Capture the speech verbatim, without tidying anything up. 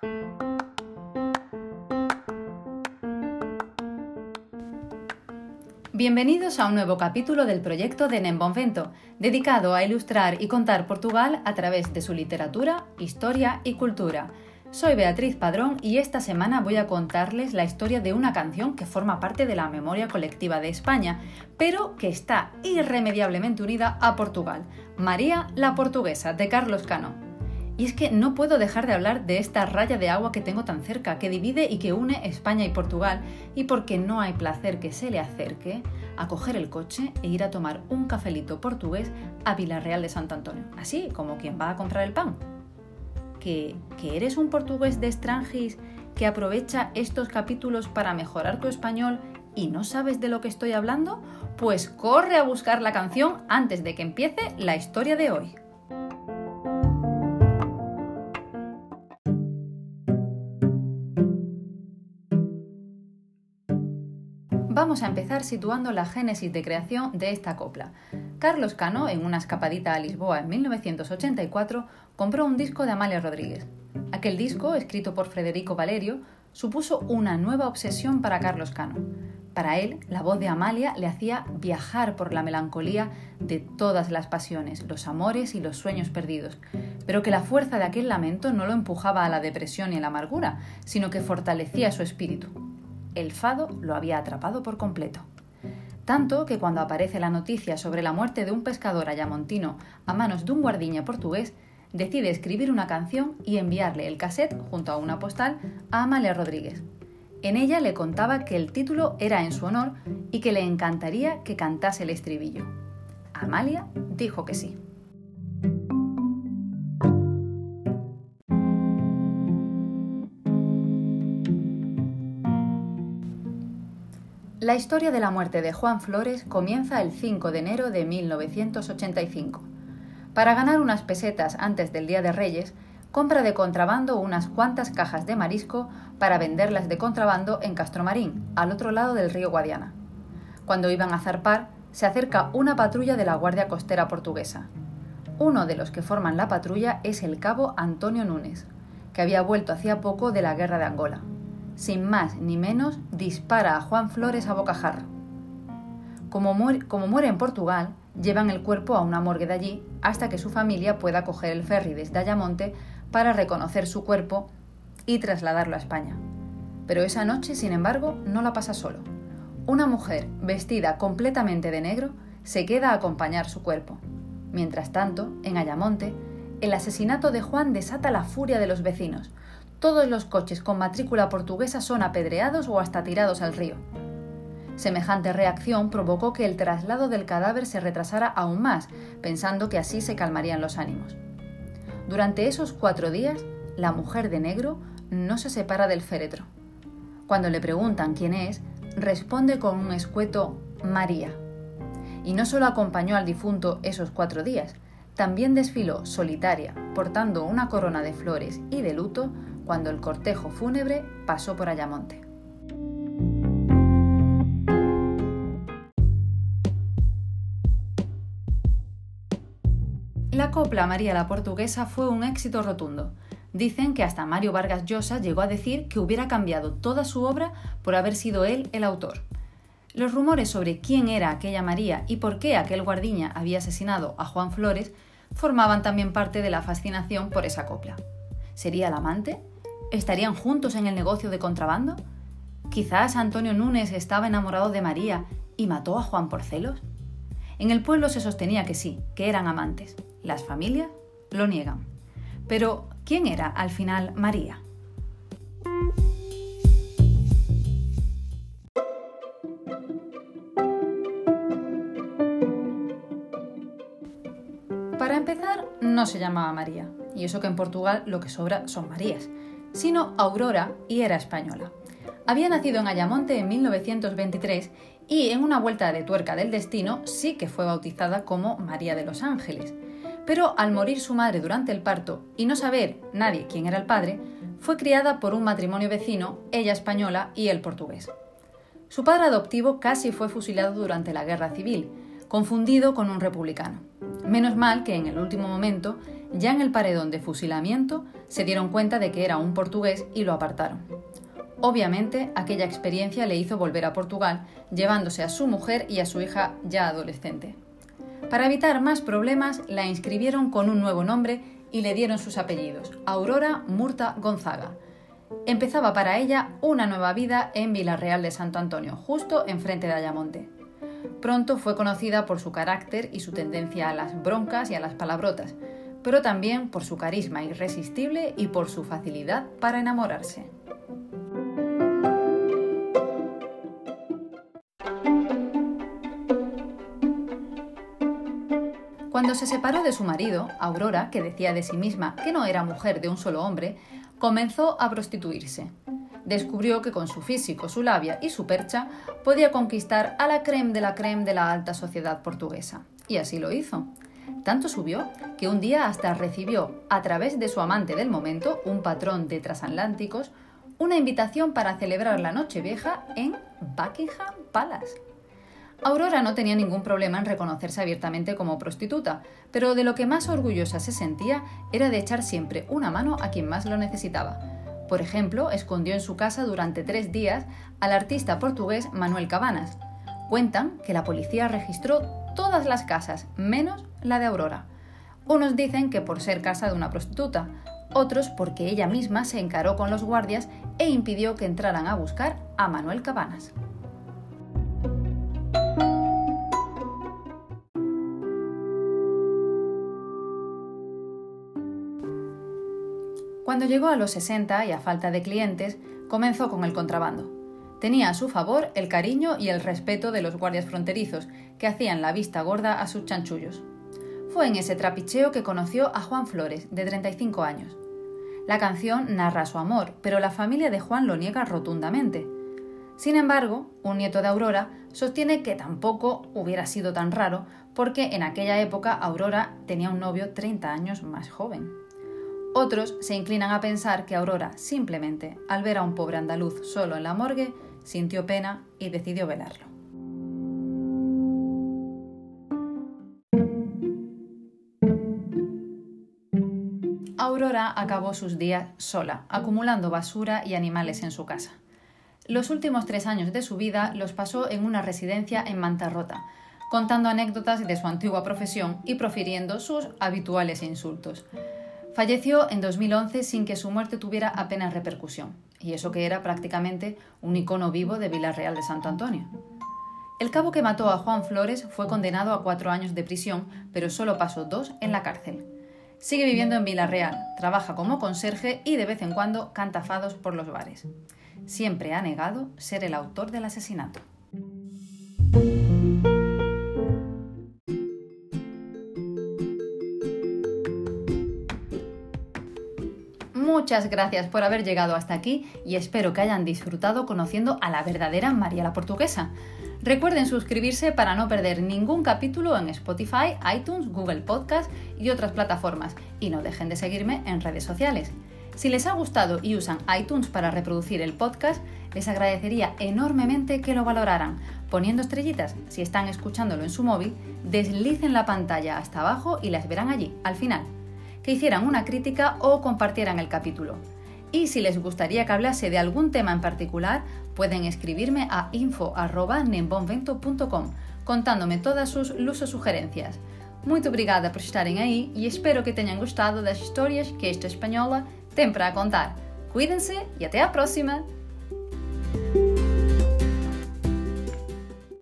Bienvenidos a un nuevo capítulo del proyecto de Nen Bon Vento, dedicado a ilustrar y contar Portugal a través de su literatura, historia y cultura. Soy Beatriz Padrón y esta semana voy a contarles la historia de una canción que forma parte de la memoria colectiva de España, pero que está irremediablemente unida a Portugal, María la Portuguesa, de Carlos Cano. Y es que no puedo dejar de hablar de esta raya de agua que tengo tan cerca, que divide y que une España y Portugal, y porque no hay placer que se le acerque a coger el coche e ir a tomar un cafelito portugués a Vilarreal de Sant Antonio, así como quien va a comprar el pan. ¿Que, que eres un portugués de Strangis que aprovecha estos capítulos para mejorar tu español y no sabes de lo que estoy hablando? Pues corre a buscar la canción antes de que empiece la historia de hoy. Vamos a empezar situando la génesis de creación de esta copla. Carlos Cano, en una escapadita a Lisboa en mil novecientos ochenta y cuatro, compró un disco de Amália Rodríguez. Aquel disco, escrito por Frederico Valerio, supuso una nueva obsesión para Carlos Cano. Para él, la voz de Amália le hacía viajar por la melancolía de todas las pasiones, los amores y los sueños perdidos, pero que la fuerza de aquel lamento no lo empujaba a la depresión y a la amargura, sino que fortalecía su espíritu. El fado lo había atrapado por completo. Tanto que cuando aparece la noticia sobre la muerte de un pescador ayamontino a manos de un guardiña portugués, decide escribir una canción y enviarle el cassette junto a una postal a Amália Rodríguez. En ella le contaba que el título era en su honor y que le encantaría que cantase el estribillo. Amália dijo que sí. La historia de la muerte de Juan Flores comienza el cinco de enero de mil novecientos ochenta y cinco. Para ganar unas pesetas antes del Día de Reyes, compra de contrabando unas cuantas cajas de marisco para venderlas de contrabando en Castromarín, al otro lado del río Guadiana. Cuando iban a zarpar, se acerca una patrulla de la Guardia Costera Portuguesa. Uno de los que forman la patrulla es el cabo Antonio Núñez, que había vuelto hacía poco de la Guerra de Angola. Sin más ni menos, dispara a Juan Flores a bocajarro. Como muere, como muere en Portugal, llevan el cuerpo a una morgue de allí hasta que su familia pueda coger el ferry desde Ayamonte para reconocer su cuerpo y trasladarlo a España. Pero esa noche, sin embargo, no la pasa solo. Una mujer vestida completamente de negro se queda a acompañar su cuerpo. Mientras tanto, en Ayamonte, el asesinato de Juan desata la furia de los vecinos. Todos los coches con matrícula portuguesa son apedreados o hasta tirados al río. Semejante reacción provocó que el traslado del cadáver se retrasara aún más, pensando que así se calmarían los ánimos. Durante esos cuatro días, la mujer de negro no se separa del féretro. Cuando le preguntan quién es, responde con un escueto María. Y no solo acompañó al difunto esos cuatro días, también desfiló solitaria, portando una corona de flores y de luto, cuando el cortejo fúnebre pasó por Ayamonte. La copla María la Portuguesa fue un éxito rotundo. Dicen que hasta Mario Vargas Llosa llegó a decir que hubiera cambiado toda su obra por haber sido él el autor. Los rumores sobre quién era aquella María y por qué aquel guardiña había asesinado a Juan Flores formaban también parte de la fascinación por esa copla. ¿Sería el amante? ¿Estarían juntos en el negocio de contrabando? ¿Quizás Antonio Núñez estaba enamorado de María y mató a Juan por celos? En el pueblo se sostenía que sí, que eran amantes. Las familias lo niegan. Pero, ¿quién era al final María? Para empezar, no se llamaba María, y eso que en Portugal lo que sobra son Marías, sino Aurora y era española. Había nacido en Ayamonte en mil novecientos veintitrés y en una vuelta de tuerca del destino sí que fue bautizada como María de los Ángeles. Pero al morir su madre durante el parto y no saber nadie quién era el padre, fue criada por un matrimonio vecino, ella española y él portugués. Su padre adoptivo casi fue fusilado durante la Guerra Civil, confundido con un republicano. Menos mal que en el último momento Ya en el paredón de fusilamiento se dieron cuenta de que era un portugués y lo apartaron. Obviamente, aquella experiencia le hizo volver a Portugal, llevándose a su mujer y a su hija ya adolescente. Para evitar más problemas, la inscribieron con un nuevo nombre y le dieron sus apellidos, Aurora Murta Gonzaga. Empezaba para ella una nueva vida en Vilarreal de Santo Antonio, justo enfrente de Ayamonte. Pronto fue conocida por su carácter y su tendencia a las broncas y a las palabrotas, pero también por su carisma irresistible y por su facilidad para enamorarse. Cuando se separó de su marido, Aurora, que decía de sí misma que no era mujer de un solo hombre, comenzó a prostituirse. Descubrió que con su físico, su labia y su percha podía conquistar a la crème de la crème de la alta sociedad portuguesa. Y así lo hizo. Tanto subió que un día hasta recibió, a través de su amante del momento, un patrón de transatlánticos, una invitación para celebrar la Nochevieja en Buckingham Palace. Aurora no tenía ningún problema en reconocerse abiertamente como prostituta, pero de lo que más orgullosa se sentía era de echar siempre una mano a quien más lo necesitaba. Por ejemplo, escondió en su casa durante tres días al artista portugués Manuel Cabanas. Cuentan que la policía registró todas las casas, menos la de Aurora. Unos dicen que por ser casa de una prostituta, otros porque ella misma se encaró con los guardias e impidió que entraran a buscar a Manuel Cabanas. Cuando llegó a los sesenta y a falta de clientes, comenzó con el contrabando. Tenía a su favor el cariño y el respeto de los guardias fronterizos, que hacían la vista gorda a sus chanchullos. Fue en ese trapicheo que conoció a Juan Flores, de treinta y cinco años. La canción narra su amor, pero la familia de Juan lo niega rotundamente. Sin embargo, un nieto de Aurora sostiene que tampoco hubiera sido tan raro, porque en aquella época Aurora tenía un novio treinta años más joven. Otros se inclinan a pensar que Aurora, simplemente, al ver a un pobre andaluz solo en la morgue, sintió pena y decidió velarlo. Aurora acabó sus días sola, acumulando basura y animales en su casa. Los últimos tres años de su vida los pasó en una residencia en Mantarrota, contando anécdotas de su antigua profesión y profiriendo sus habituales insultos. Falleció en dos mil once sin que su muerte tuviera apenas repercusión, y eso que era prácticamente un icono vivo de Vilarreal de Santo Antonio. El cabo que mató a Juan Flores fue condenado a cuatro años de prisión, pero solo pasó dos en la cárcel. Sigue viviendo en Vilarreal, trabaja como conserje y de vez en cuando canta fados por los bares. Siempre ha negado ser el autor del asesinato. Muchas gracias por haber llegado hasta aquí y espero que hayan disfrutado conociendo a la verdadera María la Portuguesa. Recuerden suscribirse para no perder ningún capítulo en Spotify, iTunes, Google Podcast y otras plataformas, y no dejen de seguirme en redes sociales. Si les ha gustado y usan iTunes para reproducir el podcast, les agradecería enormemente que lo valoraran, poniendo estrellitas si están escuchándolo en su móvil, deslicen la pantalla hasta abajo y las verán allí, al final. Que hicieran una crítica o compartieran el capítulo. Y si les gustaría que hablase de algún tema en particular, pueden escribirme a info arroba nembonvento punto com contándome todas sus lusos sugerencias. Muito obrigada por estarem aí e espero que tenham gostado das histórias que esta espanhola tem para contar. Cuídense e até à próxima!